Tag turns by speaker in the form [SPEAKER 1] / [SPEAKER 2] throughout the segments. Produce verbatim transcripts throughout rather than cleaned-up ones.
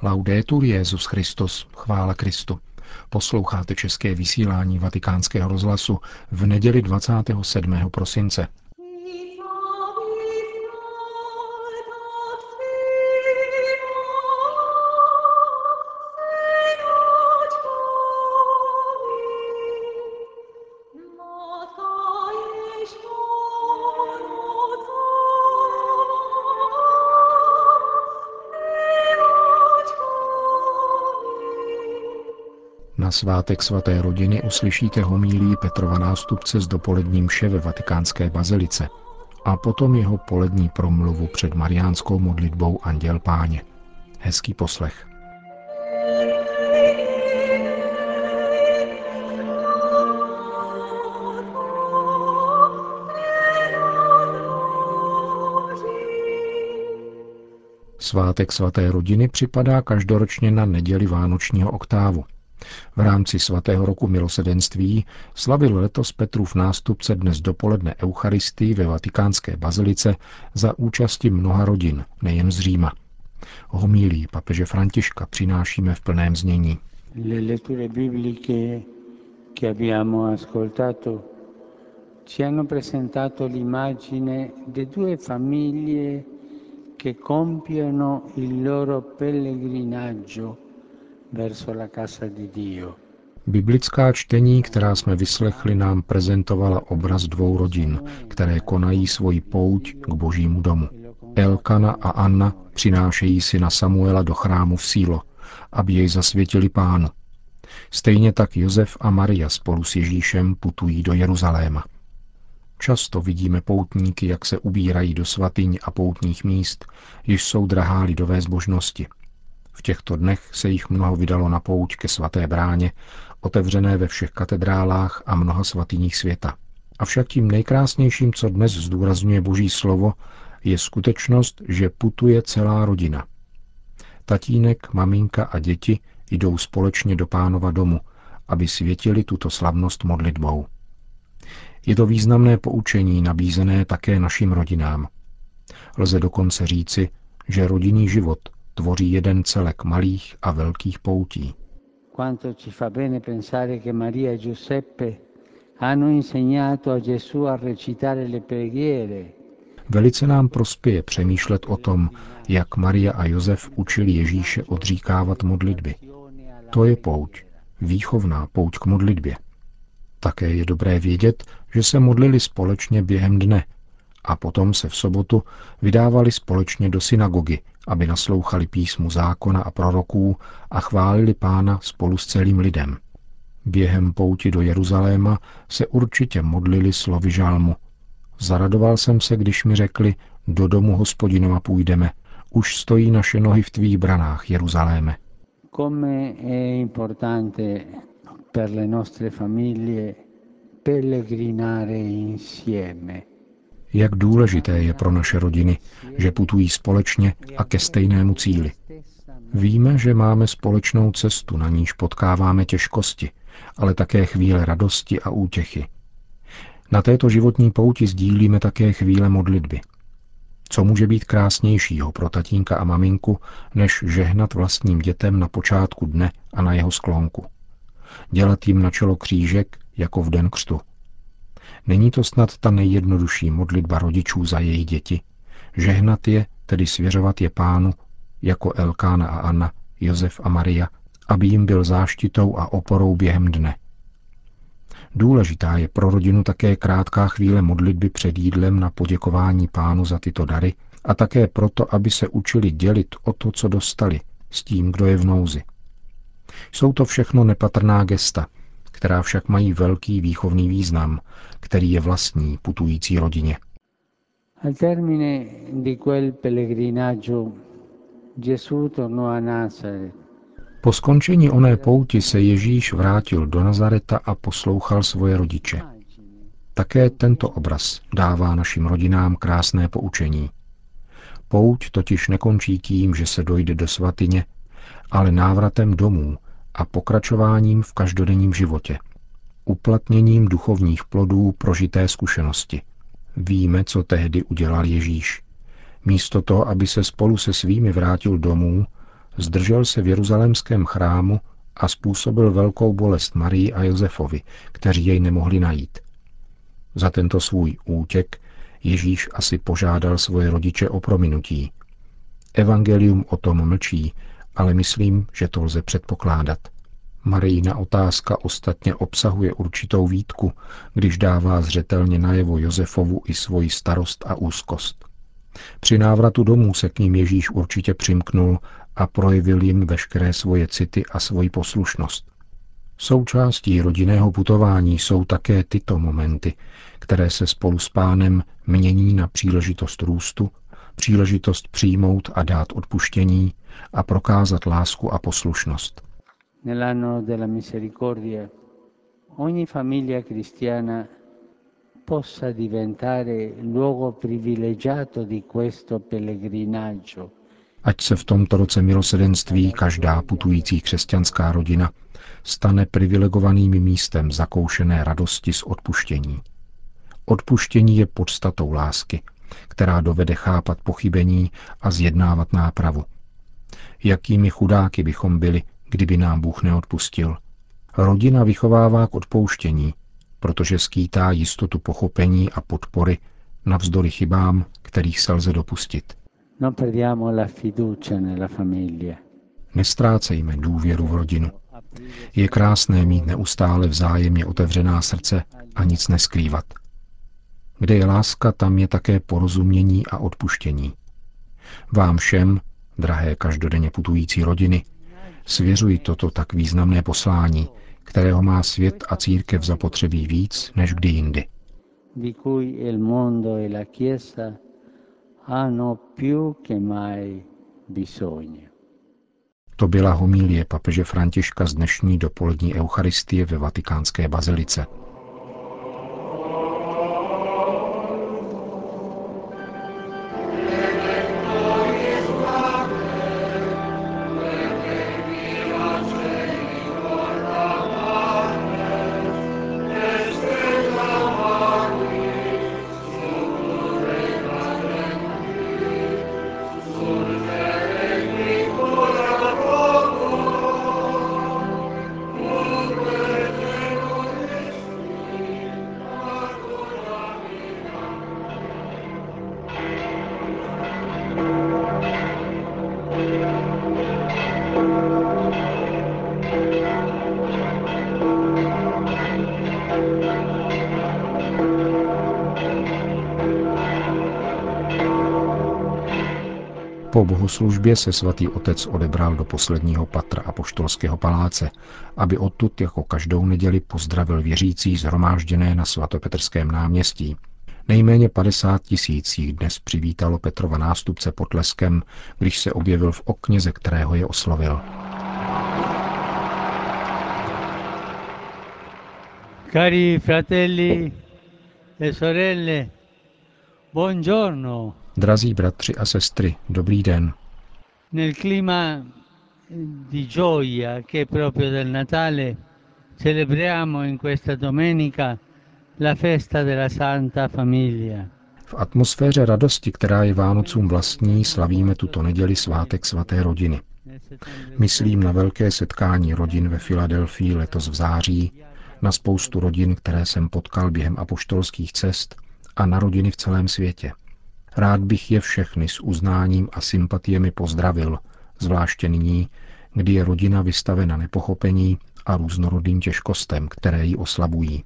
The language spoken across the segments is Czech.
[SPEAKER 1] Laudetur Jesus Christus, chvála Kristu. Posloucháte české vysílání Vatikánského rozhlasu v neděli dvacátého sedmého prosince. Na svátek svaté rodiny uslyšíte homílii Petrova nástupce z dopolední mše ve vatikánské bazilice a potom jeho polední promluvu před mariánskou modlitbou Anděl Páně. Hezký poslech. Svátek svaté rodiny připadá každoročně na neděli vánočního oktávu. V rámci svatého roku milosedenství slavil letos Petrův nástupce dnes dopoledne eucharistii ve vatikánské bazilice za účasti mnoha rodin, nejen z Říma. Homílii papeže Františka přinášíme v plném znění.
[SPEAKER 2] Le letture bibliche che abbiamo ascoltato ci hanno presentato l'immagine di due famiglie che compiono il loro pellegrinaggio verso la casa di Dio.
[SPEAKER 1] Biblická čtení, která jsme vyslechli, nám prezentovala obraz dvou rodin, které konají svoji pouť k Božímu domu. Elkana a Anna přinášejí syna Samuela do chrámu v Sílo, aby jej zasvětili Pánu. Stejně tak Josef a Maria spolu s Ježíšem putují do Jeruzaléma. Často vidíme poutníky, jak se ubírají do svatyň a poutních míst, jež jsou drahá lidové zbožnosti. V těchto dnech se jich mnoho vydalo na pouť ke svaté bráně, otevřené ve všech katedrálách a mnoha svatyních světa. Avšak tím nejkrásnějším, co dnes zdůrazňuje Boží slovo, je skutečnost, že putuje celá rodina. Tatínek, maminka a děti jdou společně do Pánova domu, aby světili tuto slavnost modlitbou. Je to významné poučení nabízené také našim rodinám. Lze dokonce říci, že rodinný život tvoří jeden celek malých a velkých poutí.
[SPEAKER 2] Quanto ci fa bene pensare che Maria e Giuseppe hanno insegnato a Gesù a recitare le preghiere.
[SPEAKER 1] Velice nám prospěje přemýšlet o tom, jak Maria a Josef učili Ježíše odříkávat modlitby. To je pouť, výchovná pouť k modlitbě. Také je dobré vědět, že se modlili společně během dne a potom se v sobotu vydávali společně do synagogy, aby naslouchali písmu zákona a proroků a chválili Pána spolu s celým lidem. Během pouti do Jeruzaléma se určitě modlili slovy žalmu. Zaradoval jsem se, když mi řekli, do domu Hospodinova půjdeme, už stojí naše nohy v tvých branách, Jeruzaléme.
[SPEAKER 2] Come è importante per le nostre famiglie pellegrinare insieme.
[SPEAKER 1] Jak důležité je pro naše rodiny, že putují společně a ke stejnému cíli. Víme, že máme společnou cestu, na níž potkáváme těžkosti, ale také chvíle radosti a útěchy. Na této životní pouti sdílíme také chvíle modlitby. Co může být krásnějšího pro tatínka a maminku, než žehnat vlastním dětem na počátku dne a na jeho sklonku. Dělat jim na čelo křížek, jako v den křtu. Není to snad ta nejjednodušší modlitba rodičů za jejich děti? Žehnat je, tedy svěřovat je Pánu, jako Elkána a Anna, Josef a Maria, aby jim byl záštitou a oporou během dne. Důležitá je pro rodinu také krátká chvíle modlitby před jídlem na poděkování Pánu za tyto dary a také proto, aby se učili dělit o to, co dostali, s tím, kdo je v nouzi. Jsou to všechno nepatrná gesta, která však mají velký výchovný význam, který je vlastní putující rodině.
[SPEAKER 2] Al termine di quel pellegrinaggio Gesù tornò a Nazaret.
[SPEAKER 1] Po skončení oné pouti se Ježíš vrátil do Nazareta a poslouchal svoje rodiče. Také tento obraz dává našim rodinám krásné poučení. Pouť totiž nekončí tím, že se dojde do svatyně, ale návratem domů a pokračováním v každodenním životě, uplatněním duchovních plodů prožité zkušenosti. Víme, co tehdy udělal Ježíš. Místo toho, aby se spolu se svými vrátil domů, Zdržel se v jeruzalémském chrámu a způsobil velkou bolest Marii a Josefovi, kteří jej nemohli najít. Za tento svůj útěk Ježíš asi požádal svoje rodiče o prominutí. Evangelium o tom mlčí, ale myslím, že to lze předpokládat. Marijina otázka ostatně obsahuje určitou výtku, když dává zřetelně najevo Josefovu i svoji starost a úzkost. Při návratu domů se k ním Ježíš určitě přimknul a projevil jim veškeré svoje city a svoji poslušnost. Součástí rodinného putování jsou také tyto momenty, které se spolu s Pánem mění na příležitost růstu, příležitost přijmout a dát odpuštění a prokázat lásku a poslušnost.
[SPEAKER 2] Nell'anno della misericordia, ogni famiglia cristiana possa diventare luogo privilegiato di questo pellegrinaggio.
[SPEAKER 1] Ať se v tomto roce milosrdenství každá putující křesťanská rodina stane privilegovaným místem zakoušené radosti z odpuštění. Odpuštění je podstatou lásky, která dovede chápat pochybení a zjednávat nápravu. Jakými chudáky bychom byli, kdyby nám Bůh neodpustil. Rodina vychovává k odpouštění, protože skýtá jistotu pochopení a podpory navzdory chybám, kterých se lze dopustit.
[SPEAKER 2] Non perdiamo la fiducia nella famiglia.
[SPEAKER 1] Nestrácejme důvěru v rodinu. Je krásné mít neustále vzájemně otevřená srdce a nic neskrývat. Kde je láska, tam je také porozumění a odpuštění. Vám všem, drahé každodenně putující rodiny, svěřuji toto tak významné poslání, kterého má svět a církev zapotřebí víc než kdy jindy.
[SPEAKER 2] Di cui il mondo e la Chiesa hanno più che mai bisogno.
[SPEAKER 1] To byla homilie papeže Františka z dnešní dopolední eucharistie ve vatikánské bazilice. Po bohoslužbě se svatý otec odebral do posledního patra apoštolského paláce, aby odtud jako každou neděli pozdravil věřící shromážděné na svatopetrském náměstí. Nejméně padesát tisíc jich dnes přivítalo Petrova nástupce potleskem, když se objevil v okně, ze kterého je oslovil.
[SPEAKER 2] Cari fratelli e sorelle, buongiorno.
[SPEAKER 1] Drazí bratři a sestry, dobrý den.
[SPEAKER 2] Nel clima di gioia che è proprio del Natale, celebriamo in questa domenica la festa della Santa Famiglia.
[SPEAKER 1] V atmosféře radosti, která je Vánocům vlastní, slavíme tuto neděli svátek svaté rodiny. Myslím na velké setkání rodin ve Filadelfii letos v září, na spoustu rodin, které jsem potkal během apoštolských cest, a na rodiny v celém světě. Rád bych je všechny s uznáním a sympatiemi pozdravil, zvláště nyní, kdy je rodina vystavena nepochopení a různorodým těžkostem, které ji oslabují.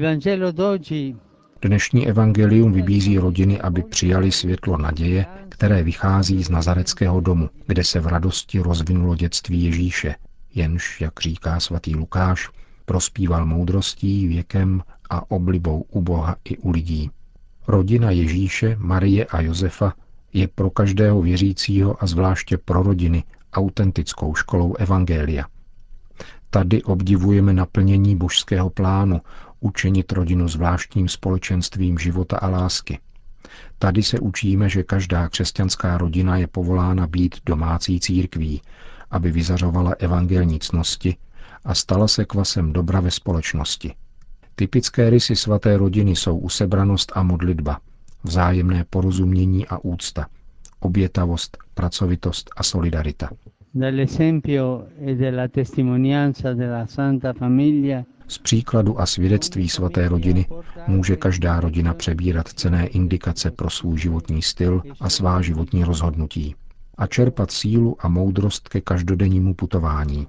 [SPEAKER 1] Dnešní evangelium vybízí rodiny, aby přijali světlo naděje, které vychází z nazareckého domu, kde se v radosti rozvinulo dětství Ježíše, jenž, jak říká svatý Lukáš, prospíval moudrostí, věkem a oblibou u Boha i u lidí. Rodina Ježíše, Marie a Josefa je pro každého věřícího a zvláště pro rodiny autentickou školou evangelia. Tady obdivujeme naplnění božského plánu učinit rodinu zvláštním společenstvím života a lásky. Tady se učíme, že každá křesťanská rodina je povolána být domácí církví, aby vyzařovala evangelní ctnosti a stala se kvasem dobra ve společnosti. Typické rysy svaté rodiny jsou usebranost a modlitba, vzájemné porozumění a úcta, obětavost, pracovitost a solidarita.
[SPEAKER 2] dall'esempio e della testimonianza della Santa Famiglia.
[SPEAKER 1] Z příkladu a svědectví svaté rodiny může každá rodina přebírat cenné indikace pro svůj životní styl a svá životní rozhodnutí a čerpat sílu a moudrost ke každodennímu putování.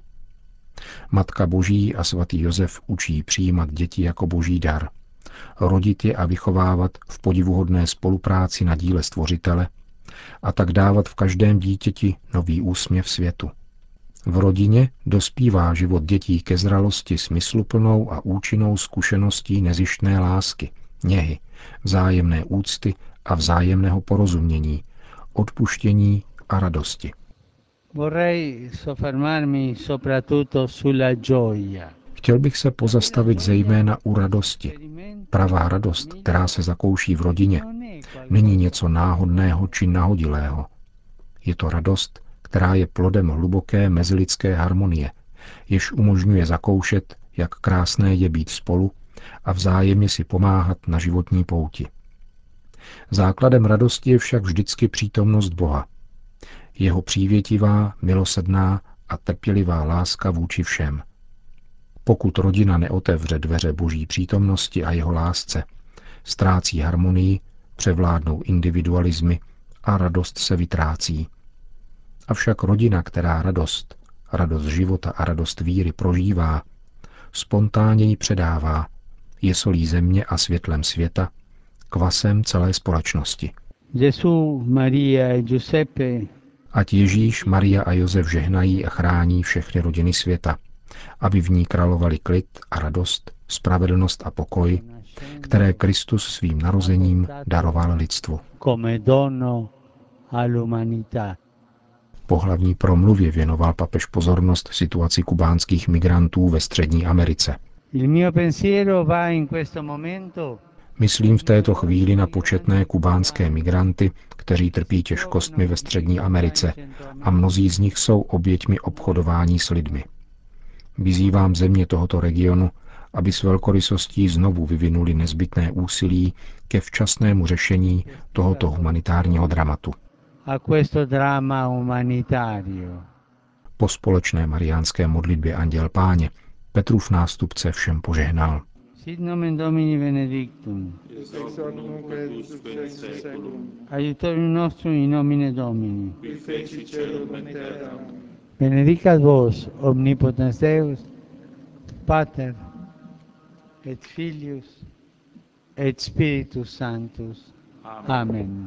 [SPEAKER 1] Matka Boží a svatý Josef učí přijímat děti jako boží dar, rodit je a vychovávat v podivuhodné spolupráci na díle Stvořitele a tak dávat v každém dítěti nový úsměv světu. V rodině dospívá život dětí ke zralosti smysluplnou a účinnou zkušeností nezištné lásky, něhy, vzájemné úcty a vzájemného porozumění, odpuštění a radosti.
[SPEAKER 2] Vorrei soffermarmi soprattutto sulla gioia.
[SPEAKER 1] Chtěl bych se pozastavit zejména u radosti. Pravá radost, která se zakouší v rodině, není něco náhodného či nahodilého. Je to radost, která je plodem hluboké mezilidské harmonie, jež umožňuje zakoušet, jak krásné je být spolu a vzájemně si pomáhat na životní pouti. Základem radosti je však vždycky přítomnost Boha. Jeho přívětivá, milosrdná a trpělivá láska vůči všem. Pokud rodina neotevře dveře Boží přítomnosti a jeho lásce, ztrácí harmonii, převládnou individualismy a radost se vytrácí. Avšak rodina, která radost, radost života a radost víry prožívá, spontánně ji předává, je solí země a světlem světa, kvasem celé společnosti.
[SPEAKER 2] Gesù, Maria e Giuseppe.
[SPEAKER 1] Ať Ježíš, Maria a Josef žehnají a chrání všechny rodiny světa, aby v ní královali klid a radost, spravedlnost a pokoj, které Kristus svým narozením daroval lidstvu.
[SPEAKER 2] Come dono all'umanità.
[SPEAKER 1] Po hlavní promluvě věnoval papež pozornost situaci kubánských migrantů ve Střední Americe.
[SPEAKER 2] Il mio pensiero va in questo momento.
[SPEAKER 1] Myslím v této chvíli na početné kubánské migranty, kteří trpí těžkostmi ve Střední Americe a mnozí z nich jsou oběťmi obchodování s lidmi. Vyzývám země tohoto regionu, aby s velkorysostí znovu vyvinuli nezbytné úsilí ke včasnému řešení tohoto humanitárního dramatu.
[SPEAKER 2] A questo dramma umanitario.
[SPEAKER 1] Po společné mariánské modlitbě Anděl Páně Petrův nástupce všem požehnal.
[SPEAKER 2] Sit nomen Domini benedictum. Aiutorium nostrum in nomine Domini. Benedicat vos omnipotens Deus, Pater et Filius et Spiritus Sanctus. Amen.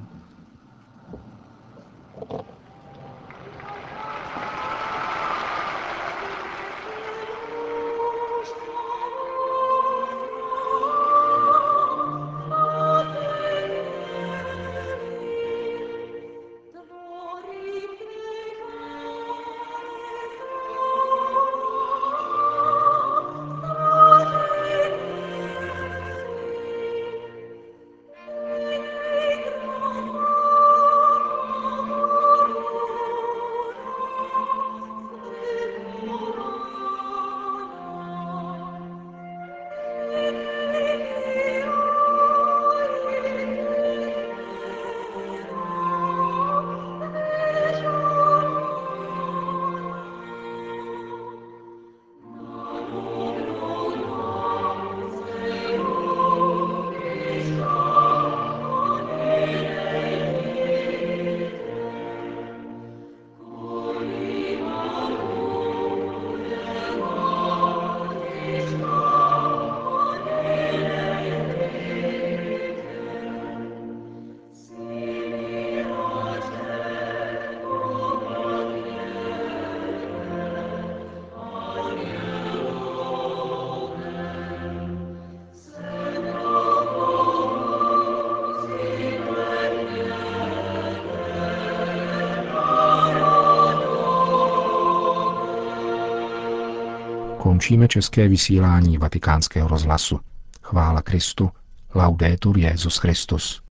[SPEAKER 1] Končíme české vysílání Vatikánského rozhlasu. Chvála Kristu. Laudetur Jesus Christus.